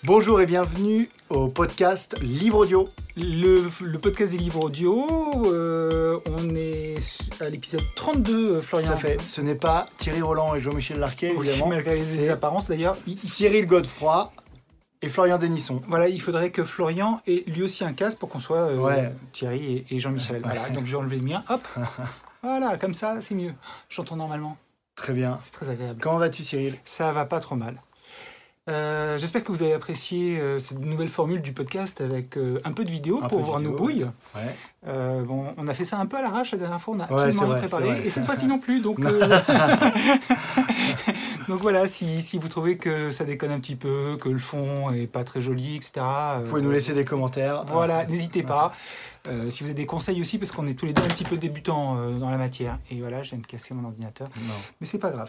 Bonjour et bienvenue au podcast Livre Audio. Le podcast des livres audio, on est à l'épisode 32, Florian. Tout à fait, ce n'est pas Thierry Roland et Jean-Michel Larquet, évidemment. Malgré les apparences d'ailleurs. Cyril Godefroy et Florian Denisson. Voilà, il faudrait que Florian ait lui aussi un casque pour qu'on soit Thierry et Jean-Michel. Voilà, donc je vais enlever le mien, hop. Voilà, comme ça, c'est mieux. J'entends normalement. Très bien. C'est très agréable. Comment vas-tu, Cyril ? Ça va pas trop mal. J'espère que vous avez apprécié cette nouvelle formule du podcast avec un peu de vidéo pour voir nos bouilles. Ouais. Bon, on a fait ça un peu à l'arrache la dernière fois, on a Ouais, absolument rien préparé. Et cette fois-ci non plus. Donc, donc voilà, si vous trouvez que ça déconne un petit peu, que le fond est pas très joli, etc. Vous pouvez nous laisser des commentaires. Voilà, n'hésitez pas. Si vous avez des conseils aussi, parce qu'on est tous les deux un petit peu débutants dans la matière. Et voilà, je viens de casser mon ordinateur. Non. Mais c'est pas grave.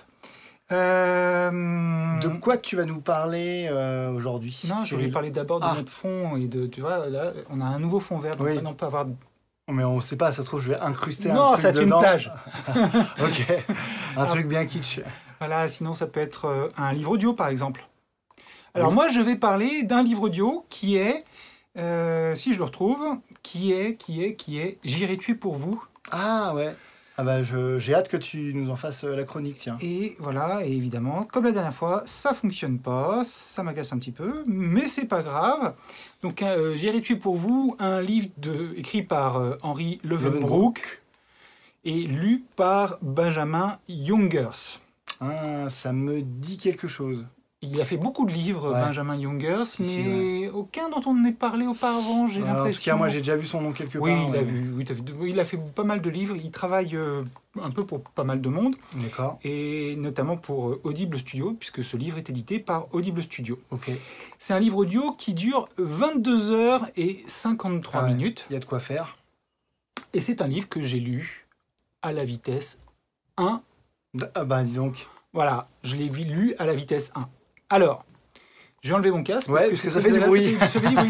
De quoi tu vas nous parler aujourd'hui, Non, je voulais parler d'abord de notre fond et tu vois, là, on a un nouveau fond vert, donc on peut avoir. Mais on ne sait pas, ça se trouve, je vais incruster un non, truc dedans. Non, ça c'est une plage. Ok, un truc bien kitsch. Voilà, sinon ça peut être un livre audio par exemple. Alors moi je vais parler d'un livre audio qui est, si je le retrouve, qui est J'irai tuer pour vous. Ah ouais. Ah bah j'ai hâte que tu nous en fasses la chronique, tiens. Et voilà, et évidemment, comme la dernière fois, ça fonctionne pas, ça m'agace un petit peu, mais c'est pas grave. Donc J'irai tuer pour vous, un livre écrit par Henry Leeuwenbroek et lu par Benjamin Jongers. Ah, ça me dit quelque chose. Il a fait beaucoup de livres, Benjamin Jongers, mais aucun dont on n'ait parlé auparavant, j'ai l'impression. En tout cas, moi, j'ai déjà vu son nom quelque part. Oui, il a fait pas mal de livres. Il travaille un peu pour pas mal de monde. D'accord. Et notamment pour Audible Studio, puisque ce livre est édité par Audible Studio. Ok. C'est un livre audio qui dure 22 heures et 53 minutes. Il y a de quoi faire. Et c'est un livre que j'ai lu à la vitesse 1. Ah bah, dis donc. Voilà, je l'ai lu à la vitesse 1. Alors, je vais enlever mon casque parce que ça fait du bruit. Ça fait du bruit.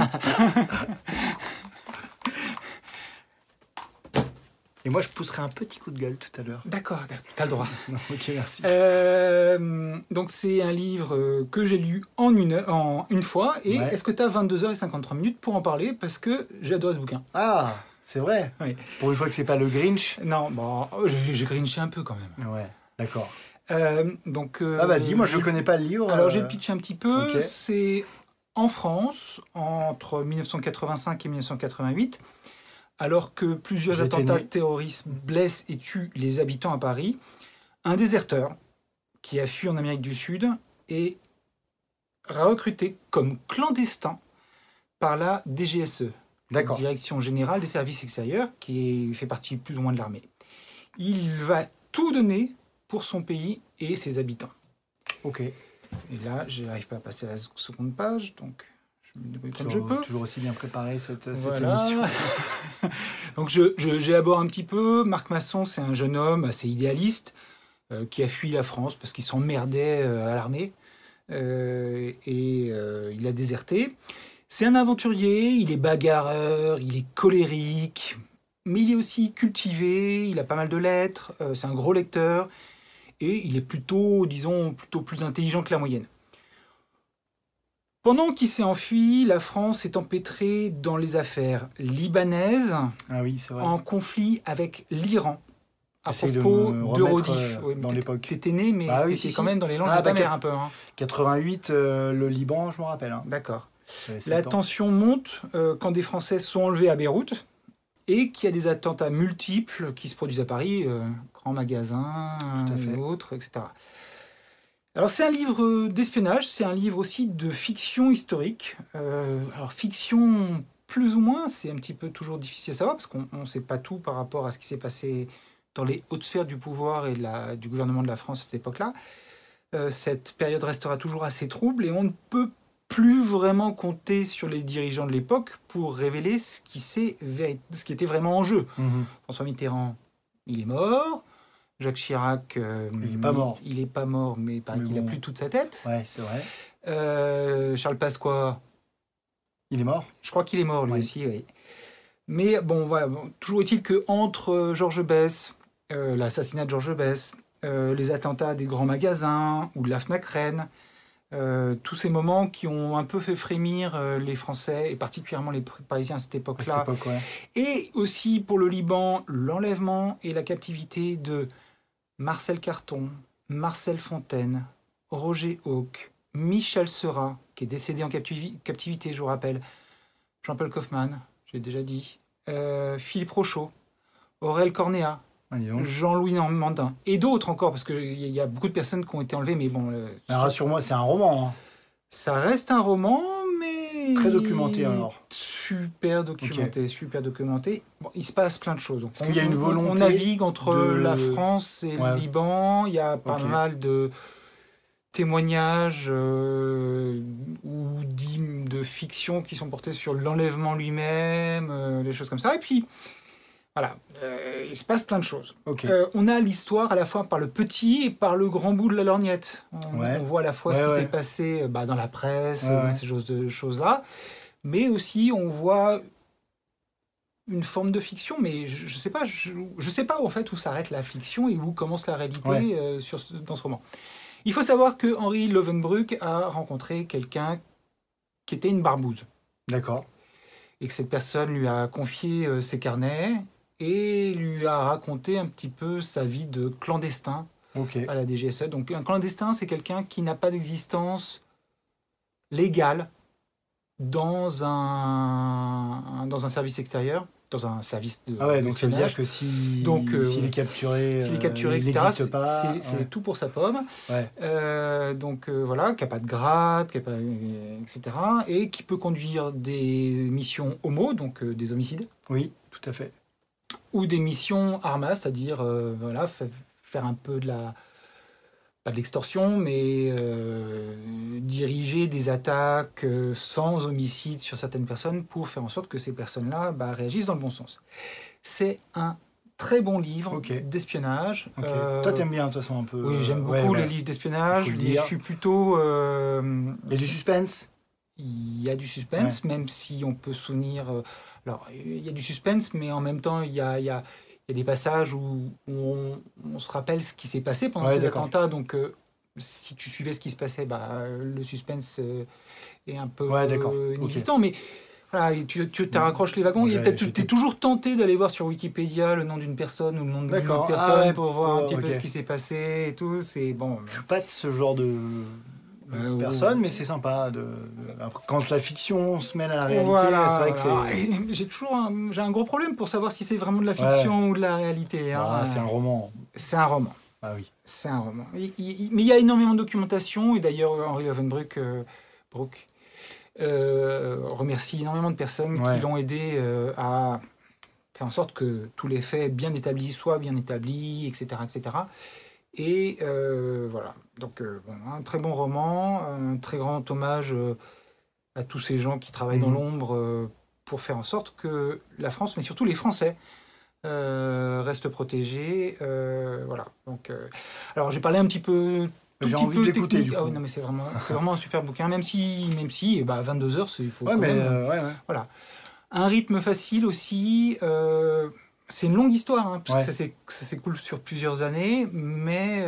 Et moi, je pousserai un petit coup de gueule tout à l'heure. D'accord, t'as le droit. Non, ok, merci. Donc, c'est un livre que j'ai lu en une fois. Et est-ce que tu as 22 heures et 53 minutes pour en parler ? Parce que j'adore ce bouquin. Ah, c'est vrai. Oui. Pour une fois que c'est pas le Grinch. Non, bon, j'ai grinché un peu quand même. Ouais, d'accord. Vas-y, moi je ne connais pas le livre. Alors j'ai le pitch un petit peu. Okay. C'est en France, entre 1985 et 1988, alors que plusieurs attentats terroristes blessent et tuent les habitants à Paris, un déserteur qui a fui en Amérique du Sud est recruté comme clandestin par la DGSE, Direction Générale des Services Extérieurs, qui fait partie plus ou moins de l'armée. Il va tout donner pour son pays et ses habitants. Ok. Et là, je n'arrive pas à passer à la seconde page, donc je me débrouille comme je peux. Toujours aussi bien préparé cette émission. Donc j'élabore un petit peu. Marc Masson, c'est un jeune homme assez idéaliste qui a fui la France parce qu'il s'emmerdait à l'armée il a déserté. C'est un aventurier, il est bagarreur, il est colérique, mais il est aussi cultivé, il a pas mal de lettres, c'est un gros lecteur. Et il est plutôt plus intelligent que la moyenne. Pendant qu'il s'est enfui, la France est empêtrée dans les affaires libanaises, en conflit avec l'Iran, à propos d'Eurodif. Dans l'époque. T'étais né, mais t'étais quand même dans les langues de ta mère un peu. 88, le Liban, je me rappelle. Hein. D'accord. La tension monte quand des Français sont enlevés à Beyrouth, et qu'il y a des attentats multiples qui se produisent à Paris, grands magasins et autres, etc. Alors c'est un livre d'espionnage, c'est un livre aussi de fiction historique. Alors fiction plus ou moins, c'est un petit peu toujours difficile à savoir, parce qu'on ne sait pas tout par rapport à ce qui s'est passé dans les hautes sphères du pouvoir et du gouvernement de la France à cette époque-là. Cette période restera toujours assez trouble, et on ne peut plus vraiment compter sur les dirigeants de l'époque pour révéler ce qui était vraiment en jeu. François Mitterrand, il est mort. Jacques Chirac, il n'est pas mort. Il n'est pas mort, mais il n'a plus toute sa tête. Ouais, c'est vrai. Charles Pasqua, il est mort. Je crois qu'il est mort, lui aussi, oui. Mais voilà, toujours est-il qu'entre Georges Besse, l'assassinat de Georges Besse, les attentats des grands magasins ou de la Fnac Rennes, Tous ces moments qui ont un peu fait frémir les Français, et particulièrement les Parisiens à cette époque-là. Ouais. Et aussi pour le Liban, l'enlèvement et la captivité de Marcel Carton, Marcel Fontaine, Roger Hawke, Michel Seurat, qui est décédé en captivité, je vous rappelle, Jean-Paul Kaufmann, j'ai déjà dit, Philippe Rochaud, Aurel Cornéa, Jean-Louis Normandin, et d'autres encore, parce qu'il y a beaucoup de personnes qui ont été enlevées, mais bon... Rassure-moi, c'est un roman. Hein. Ça reste un roman, mais... Très documenté, alors. Super documenté, super documenté. Bon, il se passe plein de choses. Donc, il y a une volonté on navigue entre la France et le Liban, il y a pas mal de témoignages ou d'hymnes de fiction qui sont portés sur l'enlèvement lui-même, des choses comme ça. Et puis... Voilà, il se passe plein de choses. On a l'histoire à la fois par le petit et par le grand bout de la lorgnette. On voit à la fois ce qui s'est passé dans la presse, ces choses-là, mais aussi on voit une forme de fiction, mais je sais pas en fait où s'arrête la fiction et où commence la réalité dans ce roman. Il faut savoir que Henri Lovenbruck a rencontré quelqu'un qui était une barbouze. D'accord. Et que cette personne lui a confié ses carnets et lui a raconté un petit peu sa vie de clandestin à la DGSE. Donc un clandestin, c'est quelqu'un qui n'a pas d'existence légale dans un service extérieur, dans un service de donc ça veut dire que s'il est capturé, etc., c'est tout pour sa pomme. Voilà, qui n'a pas de grade, etc., et qui peut conduire des missions homo, donc des homicides. Oui, tout à fait. Ou des missions ARMA, c'est-à-dire faire un peu pas de l'extorsion, mais diriger des attaques sans homicide sur certaines personnes pour faire en sorte que ces personnes-là réagissent dans le bon sens. C'est un très bon livre d'espionnage. Toi, t'aimes bien, de toute façon, un peu... Oui, j'aime beaucoup les livres d'espionnage. Je suis plutôt... Il y a du suspense. Il y a du suspense, même si on peut se souvenir... Alors, il y a du suspense, mais en même temps, il y a des passages où on se rappelle ce qui s'est passé pendant ces attentats. Donc, si tu suivais ce qui se passait, le suspense est un peu inexistant. Mais voilà, tu te raccroches les wagons. Tu es toujours tenté d'aller voir sur Wikipédia le nom d'une personne ou le nom d'une autre personne pour voir un petit peu ce qui s'est passé et tout. Bon, je ne suis pas de ce genre de... personne, mais c'est sympa quand la fiction se mêle à la réalité. C'est vrai que j'ai un gros problème pour savoir si c'est vraiment de la fiction ou de la réalité. C'est un roman. C'est un roman. Ah oui. C'est un roman. Mais il y a énormément de documentation, et d'ailleurs Henri Lovenbruck remercie énormément de personnes qui l'ont aidé à faire en sorte que tous les faits bien établis soient bien établis, etc., etc. Et voilà, donc un très bon roman, un très grand hommage à tous ces gens qui travaillent dans l'ombre pour faire en sorte que la France, mais surtout les Français, restent protégés. Voilà. Donc, alors j'ai parlé un petit peu... J'ai envie de l'écouter, du coup. Ah oui, non, mais c'est vraiment un super bouquin, même si 22h, il faut... Voilà. Un rythme facile aussi... c'est une longue histoire, parce que ça s'écoule sur plusieurs années, mais...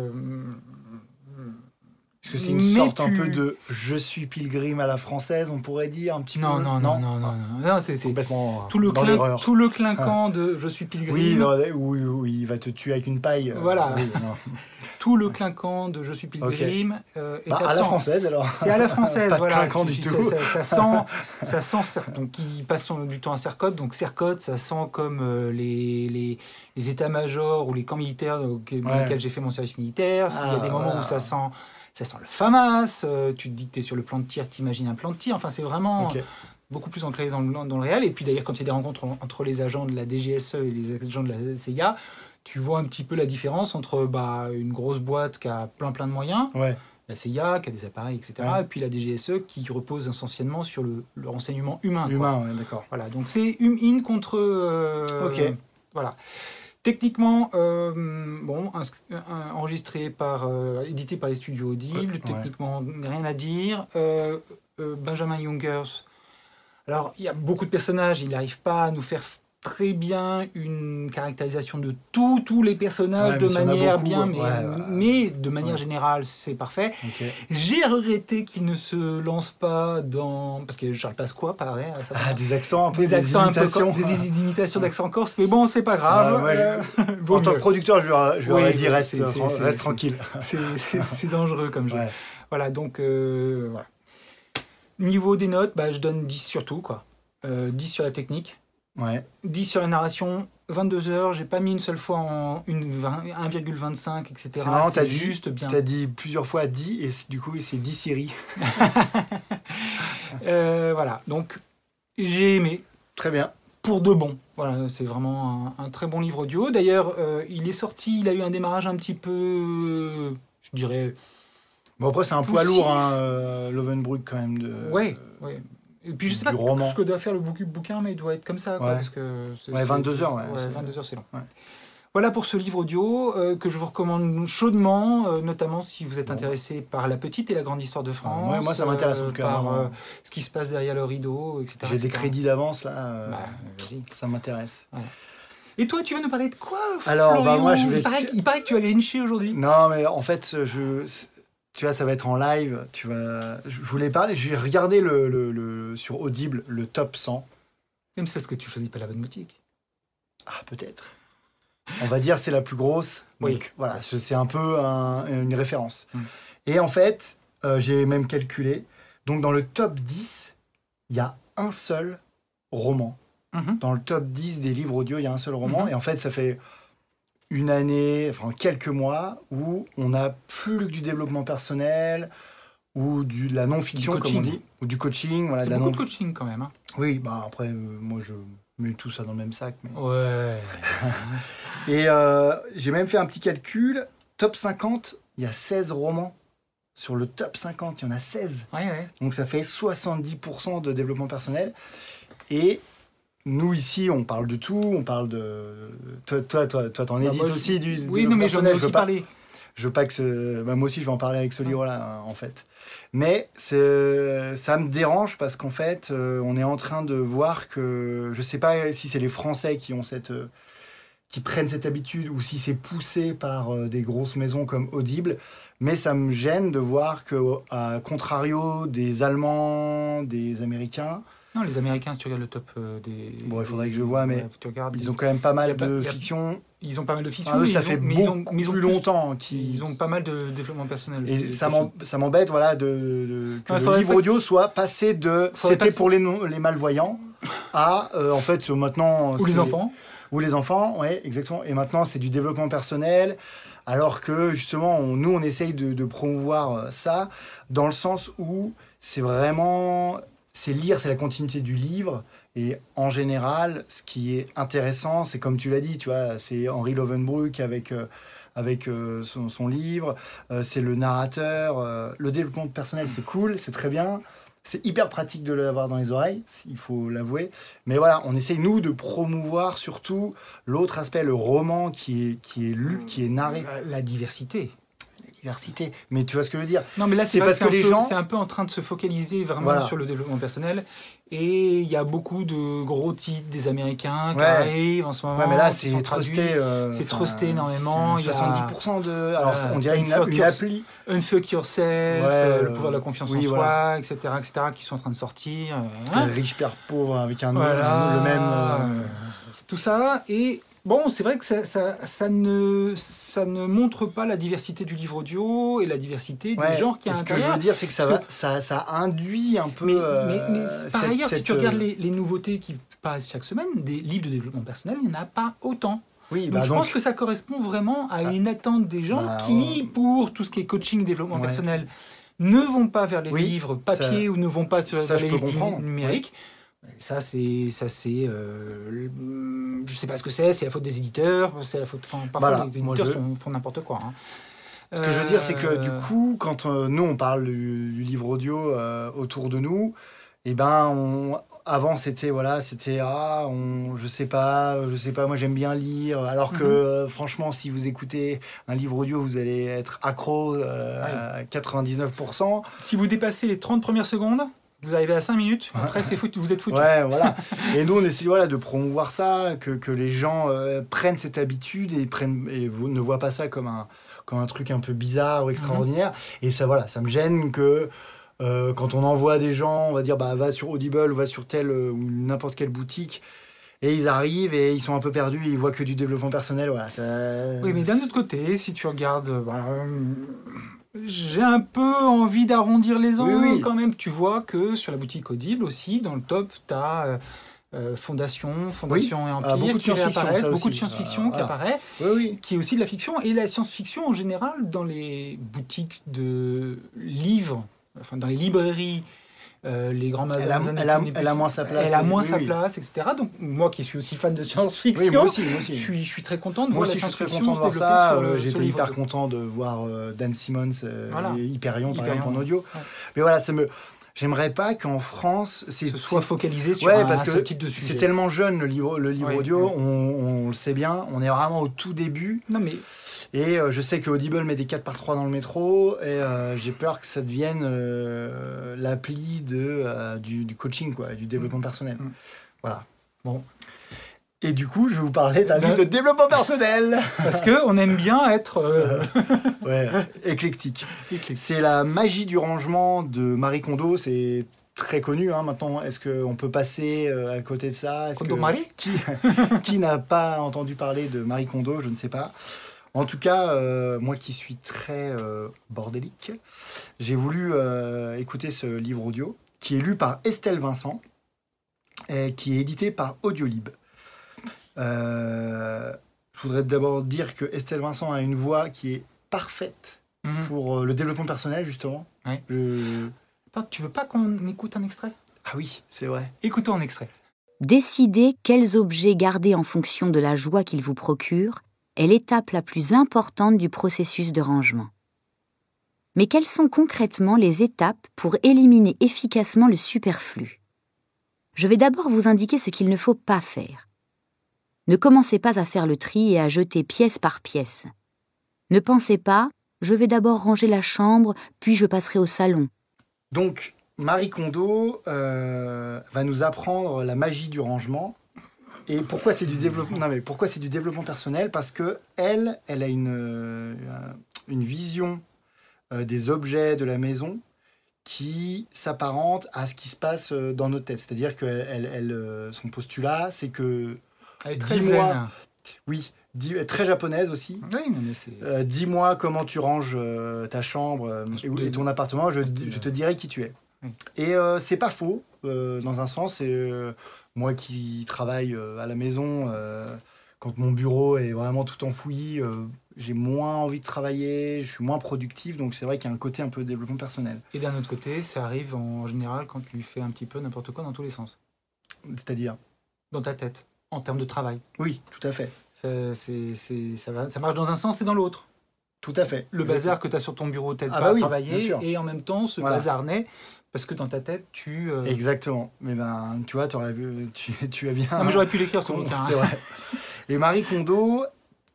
Est-ce que c'est une sorte un peu de « je suis pilgrim à la française », on pourrait dire, un petit peu? Non, c'est complètement tout le clinquant de « je suis pilgrim ». Oui, il va te tuer avec une paille. Voilà. Tout le clinquant de « je suis pilgrim » est à la française, alors. C'est à la française, pas voilà. Pas de clinquant du tout. Ça sent donc il passe du temps à Sercotte, donc Sercotte, ça sent comme les états-majors ou les camps militaires dans lesquels j'ai fait mon service militaire. S'il y a des moments où ça sent le FAMAS, tu te dis que tu es sur le plan de tir, tu imagines un plan de tir. Enfin, c'est vraiment beaucoup plus ancré dans le réel. Et puis d'ailleurs, quand il y a des rencontres entre les agents de la DGSE et les agents de la CIA, tu vois un petit peu la différence entre une grosse boîte qui a plein de moyens, la CIA qui a des appareils, etc., et puis la DGSE qui repose essentiellement sur le renseignement humain. D'accord. Voilà, donc c'est in contre... Voilà. Techniquement, enregistré édité par les studios Audible, techniquement rien à dire. Benjamin Jungers, alors il y a beaucoup de personnages, il n'arrive pas à nous faire très bien une caractérisation de tous les personnages de manière bien, mais de manière générale, c'est parfait. Okay. J'ai regretté qu'il ne se lance pas dans... Parce que Charles Pasqua, pareil. Des accents un peu, des imitations. Des imitations d'accent corse, mais bon, c'est pas grave. En tant que producteur, je lui aurais dit reste tranquille. C'est dangereux comme jeu. Voilà, donc... voilà. Niveau des notes, je donne 10 sur tout, quoi. 10 sur la technique. 10 sur la narration, 22 heures, j'ai pas mis une seule fois en 1,25, etc. C'est marrant, t'as juste bien. T'as dit plusieurs fois 10 et du coup c'est 10 séries. Voilà, donc j'ai aimé. Très bien. Pour de bon. Voilà, c'est vraiment un très bon livre audio. D'ailleurs, il est sorti, il a eu un démarrage un petit peu, je dirais... Bon après c'est un poids lourd, Lovenbruck quand même. Ouais. Et puis je sais pas ce que doit faire le bouquin, mais il doit être comme ça. Quoi, parce que 22 heures. 22 heures, c'est long. Voilà pour ce livre audio que je vous recommande chaudement, notamment si vous êtes intéressé par la petite et la grande histoire de France. Moi, ça m'intéresse en tout cas. Par ce qui se passe derrière le rideau, etc. J'ai des crédits d'avance là. Ça m'intéresse. Ouais. Et toi, tu vas nous parler de quoi, Alors, Florian moi, je vais... il paraît que tu vas lyncher aujourd'hui. Non, mais en fait, tu vois, ça va être en live. Je voulais parler. J'ai regardé sur Audible le top 100. Même c'est parce que tu choisis pas la bonne boutique. Ah, peut-être. On va dire c'est la plus grosse. Donc voilà, c'est un peu une référence. Et en fait, j'ai même calculé. Donc dans le top 10, il y a un seul roman. Dans le top 10 des livres audio, il y a un seul roman. Et en fait, ça fait une année, quelques mois, où on n'a plus que du développement personnel ou de la non-fiction, comme on dit, ou du coaching. Voilà, c'est beaucoup de coaching quand même. Hein. Oui, après, moi, je mets tout ça dans le même sac. Mais... Ouais. Et j'ai même fait un petit calcul. Top 50, il y a 16 romans. Sur le top 50, il y en a 16. Ouais. Donc ça fait 70% de développement personnel. Et... nous, ici, on parle de tout, on parle de... Toi, t'en édites aussi du... Oui, non, mais j'en ai aussi parlé. Je veux pas que moi aussi, je vais en parler avec ce livre-là, en fait. Mais ça me dérange parce qu'en fait, on est en train de voir que... Je sais pas si c'est les Français qui prennent cette habitude ou si c'est poussé par des grosses maisons comme Audible. Mais ça me gêne de voir qu'à contrario des Allemands, des Américains... Non, les Américains, si tu regardes le top des... Bon, il faudrait que je vois, mais ils ont quand même pas mal de fiction. Ils ont pas mal de fiction. Eux, ça fait beaucoup plus longtemps qu'ils... Ils ont pas mal de développement personnel. Et ça m'embête, voilà, que le livre audio soit passé de « c'était pour les malvoyants » à, en fait, maintenant... Ou les enfants. Ou les enfants, oui, exactement. Et maintenant, c'est du développement personnel, alors que, justement, nous, on essaye de promouvoir ça, dans le sens où c'est vraiment... c'est la continuité du livre. Et en général, ce qui est intéressant, c'est comme tu l'as dit, tu vois, c'est Henri Lovenbruck avec son livre, c'est le narrateur. Le développement personnel, c'est cool, c'est très bien. C'est hyper pratique de l'avoir dans les oreilles, il faut l'avouer. Mais voilà, on essaye, nous, de promouvoir surtout l'autre aspect, le roman qui est lu, qui est narré. La diversité. Mais tu vois ce que je veux dire? Non, mais là, c'est parce que les gens... C'est un peu en train de se focaliser vraiment sur le développement personnel. Et il y a beaucoup de gros titres des Américains qui arrivent en ce moment. Ouais, mais là, c'est trusté. C'est trusté énormément. 70% de... Alors, on dirait une appli. Unfuck Yourself, le pouvoir de la confiance en soi, etc., qui sont en train de sortir. Riche, père, pauvre, avec un nom, le même... Tout ça, et... Bon, c'est vrai que ça ne montre pas la diversité du livre audio et la diversité du genre qui est à l'intérieur. Ce que je veux dire, c'est que ça induit un peu... Mais par ailleurs, si tu regardes les nouveautés qui passent chaque semaine, des livres de développement personnel, il n'y en a pas autant. Oui, donc, je pense que ça correspond vraiment à une attente des gens qui, pour tout ce qui est coaching, développement personnel, ne vont pas vers les livres papier ou ne vont pas sur les livres numériques. Ça c'est je sais pas ce que c'est la faute des éditeurs, c'est la faute, parfois les éditeurs font n'importe quoi. Hein. Ce que je veux dire, c'est que du coup, quand nous on parle du livre audio autour de nous, et avant c'était je sais pas, moi j'aime bien lire, alors que franchement, si vous écoutez un livre audio, vous allez être accro à 99%. Si vous dépassez les 30 premières secondes, Vous arrivez à 5 minutes, après c'est foutu, vous êtes foutu. Ouais, voilà. Et nous, on essaie de promouvoir ça, que les gens prennent cette habitude et ne voient pas ça comme un truc un peu bizarre ou extraordinaire. Et ça me gêne que quand on envoie des gens, on va dire va sur Audible ou va sur telle ou n'importe quelle boutique, et ils arrivent et ils sont un peu perdus, ils voient que du développement personnel. Voilà, ça... Oui, mais d'un autre côté, si tu regardes... j'ai un peu envie d'arrondir les angles quand même. Tu vois que sur la boutique Audible aussi, dans le top, tu as Fondation et Empire beaucoup de qui réapparaissent, beaucoup de science-fiction qui apparaît, qui est aussi de la fiction. Et la science-fiction, en général, dans les boutiques de livres, enfin dans les librairies, les grands magasins... Elle a moins sa place. Elle a moins sa place, etc. Donc moi qui suis aussi fan de science-fiction, moi aussi. Je suis très content de voir la Moi science-fiction aussi, je suis très content de voir ça. J'étais hyper content de voir Dan Simmons et Hyperion, par exemple, en audio. Ouais. Mais voilà, j'aimerais pas qu'en France... ce soit focalisé sur ce type de sujet. C'est tellement jeune, le livre audio, on le sait bien, on est vraiment au tout début. Non, mais... Et je sais que Audible met des 4x3 dans le métro, et j'ai peur que ça devienne l'appli du coaching, du développement personnel. Voilà. Bon. Et du coup, je vais vous parler d'un livre de développement personnel. Parce qu'on aime bien être... éclectique. C'est La magie du rangement de Marie Kondo. C'est très connu maintenant. Est-ce qu'on peut passer à côté de ça? Marie Qui n'a pas entendu parler de Marie Kondo? Je ne sais pas. En tout cas, moi qui suis très bordélique, j'ai voulu écouter ce livre audio qui est lu par Estelle Vincent et qui est édité par Audiolib. Je voudrais d'abord dire que Estelle Vincent a une voix qui est parfaite pour le développement personnel, justement. Ouais. Tu veux pas qu'on écoute un extrait? Ah oui, c'est vrai. Écoutons un extrait. Décidez quels objets garder en fonction de la joie qu'ils vous procurent est l'étape la plus importante du processus de rangement. Mais quelles sont concrètement les étapes pour éliminer efficacement le superflu? Je vais d'abord vous indiquer ce qu'il ne faut pas faire. Ne commencez pas à faire le tri et à jeter pièce par pièce. Ne pensez pas « je vais d'abord ranger la chambre, puis je passerai au salon ». Donc, Marie Kondo va nous apprendre la magie du rangement. Et pourquoi c'est du développement pourquoi c'est du développement personnel? Parce que elle a une vision des objets de la maison qui s'apparente à ce qui se passe dans notre tête. C'est-à-dire que son postulat, c'est que... Elle est très zen. Oui, très japonaise aussi. Oui, mais c'est... dis-moi comment tu ranges ta chambre et ton appartement, je te dirai qui tu es. Oui. Et c'est pas faux, dans un sens. Moi qui travaille à la maison, quand mon bureau est vraiment tout enfoui, j'ai moins envie de travailler, je suis moins productif, donc c'est vrai qu'il y a un côté un peu développement personnel. Et d'un autre côté, ça arrive en général quand tu fais un petit peu n'importe quoi dans tous les sens. C'est-à-dire? Dans ta tête, en termes de travail. Oui, tout à fait. Ça marche dans un sens et dans l'autre. Tout à fait. Le bazar que tu as sur ton bureau t'aide pas à travailler, et en même temps, ce bazar naît parce que dans ta tête, tu... Exactement. Mais tu vois, tu as bien... Non, mais j'aurais pu l'écrire ce bouquin. C'est vrai. Et Marie Kondo,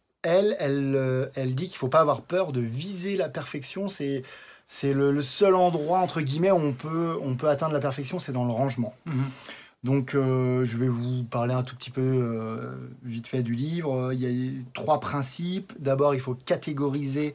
elle dit qu'il ne faut pas avoir peur de viser la perfection. C'est le seul endroit, entre guillemets, où on peut atteindre la perfection, c'est dans le rangement. Donc, je vais vous parler un tout petit peu vite fait du livre. Il y a 3 principes. D'abord, il faut catégoriser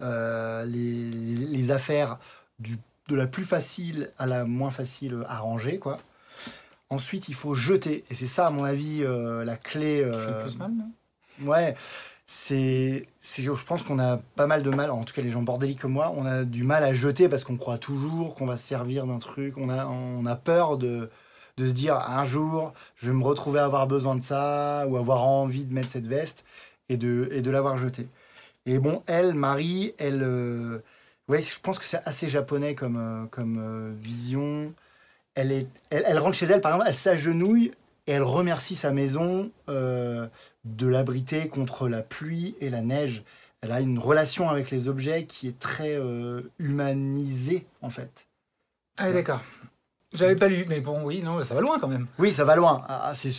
les affaires de la plus facile à la moins facile à ranger, quoi. Ensuite, il faut jeter. Et c'est ça, à mon avis, la clé... Qui fait le plus mal, non? Ouais. Je pense qu'on a pas mal de mal, en tout cas les gens bordéliques comme moi, on a du mal à jeter parce qu'on croit toujours qu'on va se servir d'un truc. On a peur de se dire un jour, je vais me retrouver à avoir besoin de ça ou avoir envie de mettre cette veste et de l'avoir jetée. Et bon, Marie, je pense que c'est assez japonais comme vision. Elle rentre chez elle, par exemple, elle s'agenouille et elle remercie sa maison de l'abriter contre la pluie et la neige. Elle a une relation avec les objets qui est très humanisée, en fait. Ah, d'accord. J'avais pas lu, mais bon, oui, non, ça va loin quand même. Oui, ça va loin. C'est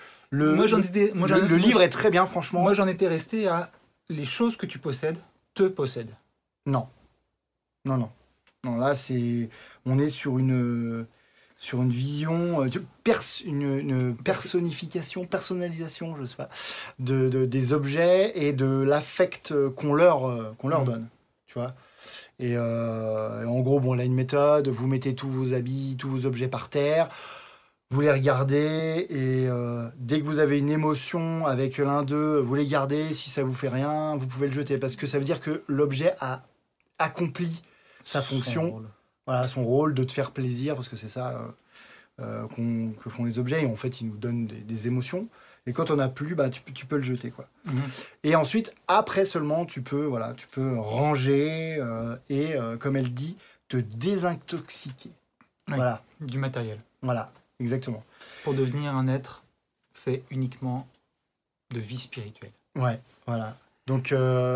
le livre est très bien, franchement. Moi, j'en étais resté à les choses que tu possèdes te possèdent. Non, là, on est sur une sur une vision, une personnification, personnalisation, je sais pas, des objets et de l'affect qu'on leur donne, tu vois. Et en gros, bon, là, une méthode, vous mettez tous vos habits, tous vos objets par terre, vous les regardez, et dès que vous avez une émotion avec l'un d'eux, vous les gardez, si ça vous fait rien, vous pouvez le jeter, parce que ça veut dire que l'objet a accompli sa fonction, voilà, son rôle de te faire plaisir, parce que c'est ça que font les objets, et en fait, ils nous donnent des émotions. Et quand on n'a plus, bah, tu peux le jeter, quoi. Et ensuite, après seulement, tu peux ranger et, comme elle dit, te désintoxiquer. Oui, voilà. Du matériel. Voilà, exactement. Pour devenir un être fait uniquement de vie spirituelle. Ouais, voilà. Donc,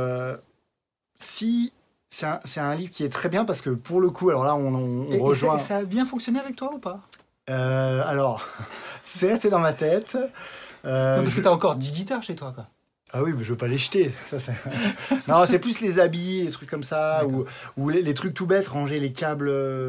si... C'est un livre qui est très bien parce que pour le coup, alors là, on rejoint... Et ça a bien fonctionné avec toi ou pas ? Alors, c'est resté dans ma tête. Non, parce que t'as encore 10 guitares chez toi, quoi. Ah oui, mais je veux pas les jeter. Ça, non, c'est plus les habits, les trucs comme ça, ou les trucs tout bêtes, ranger les câbles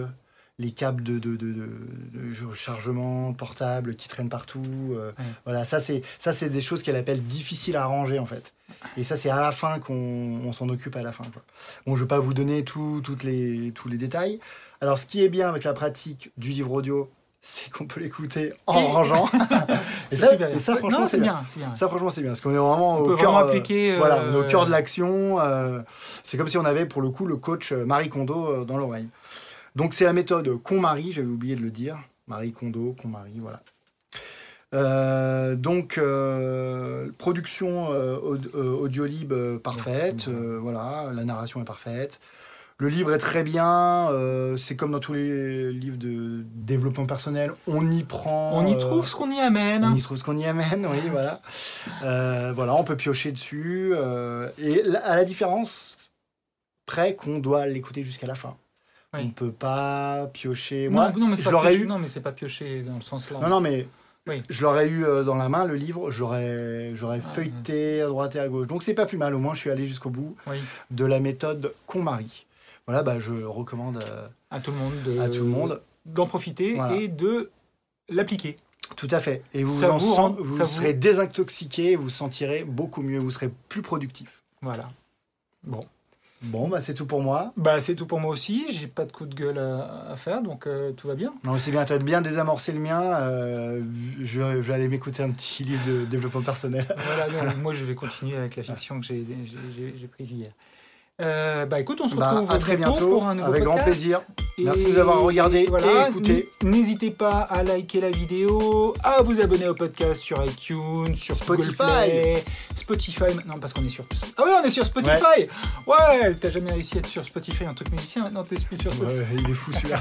de chargement portable qui traînent partout. Voilà, ça c'est des choses qu'elle appelle difficiles à ranger, en fait. Et ça, c'est à la fin qu'on s'en occupe à la fin, quoi. Bon, je vais pas vous donner tous les détails. Alors, ce qui est bien avec la pratique du livre audio, c'est qu'on peut l'écouter en rangeant. et ça, franchement, c'est bien. Ça, franchement, c'est bien. Parce qu'on est vraiment au cœur. Voilà, on est au cœur de l'action. C'est comme si on avait, pour le coup, le coach Marie Kondo dans l'oreille. Donc, c'est la méthode KonMari, j'avais oublié de le dire. Marie Kondo, KonMari, voilà. Donc, production Audiolib parfaite. Voilà, la narration est parfaite. Le livre est très bien, c'est comme dans tous les livres de développement personnel, on y prend... On y trouve ce qu'on y amène. On y trouve ce qu'on y amène, oui, voilà. Voilà, on peut piocher dessus, et à la différence près qu'on doit l'écouter jusqu'à la fin. Oui. On ne peut pas piocher... Non, mais je l'aurais eu... Non, mais c'est pas piocher dans le sens là. Non, mais... Oui. Je l'aurais eu dans la main, le livre, j'aurais feuilleté à droite et à gauche. Donc c'est pas plus mal, au moins je suis allé jusqu'au bout de la méthode KonMari. Voilà, bah, je recommande à tout le monde d'en profiter et de l'appliquer. Tout à fait. Et vous serez désintoxiqué, vous vous sentirez beaucoup mieux, vous serez plus productif. Voilà. Bon, bah, c'est tout pour moi. Bah, c'est tout pour moi aussi. J'ai pas de coup de gueule à faire, donc tout va bien. Non, c'est bien. Tu as bien désamorcé le mien. Je vais aller m'écouter un petit livre de développement personnel. Voilà, non, moi je vais continuer avec la fiction que j'ai prise hier. Bah écoute, on se retrouve à très bientôt pour un nouveau avec podcast. Grand plaisir. Merci de l'avoir regardé et écouté. N'hésitez pas à liker la vidéo, à vous abonner au podcast sur iTunes, sur Spotify. Non, parce qu'on est sur... Ah oui, on est sur Spotify. Ouais, t'as jamais réussi à être sur Spotify en tant que musicien, maintenant t'es plus sur Spotify. Ouais, il est fou celui-là.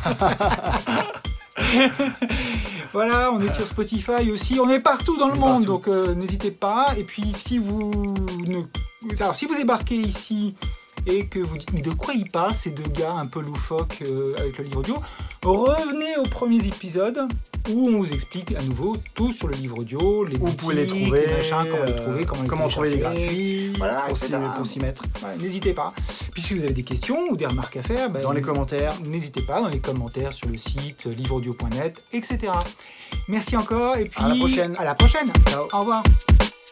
Voilà, on est sur Spotify aussi, on est partout dans le monde, donc n'hésitez pas. Et puis si vous débarquez ici et que vous dites mais de quoi ils parlent ces deux gars un peu loufoques avec le livre audio, revenez aux premiers épisodes où on vous explique à nouveau tout sur le livre audio, les boutiques, vous pouvez les trouver, les machins, comment trouver les gratuits, voilà, pour s'y mettre. Ouais, n'hésitez pas. Puis si vous avez des questions ou des remarques à faire, dans les commentaires, n'hésitez pas dans les commentaires sur le site livreaudio.net, etc. Merci encore et puis à la prochaine. À la prochaine. Ciao. Au revoir.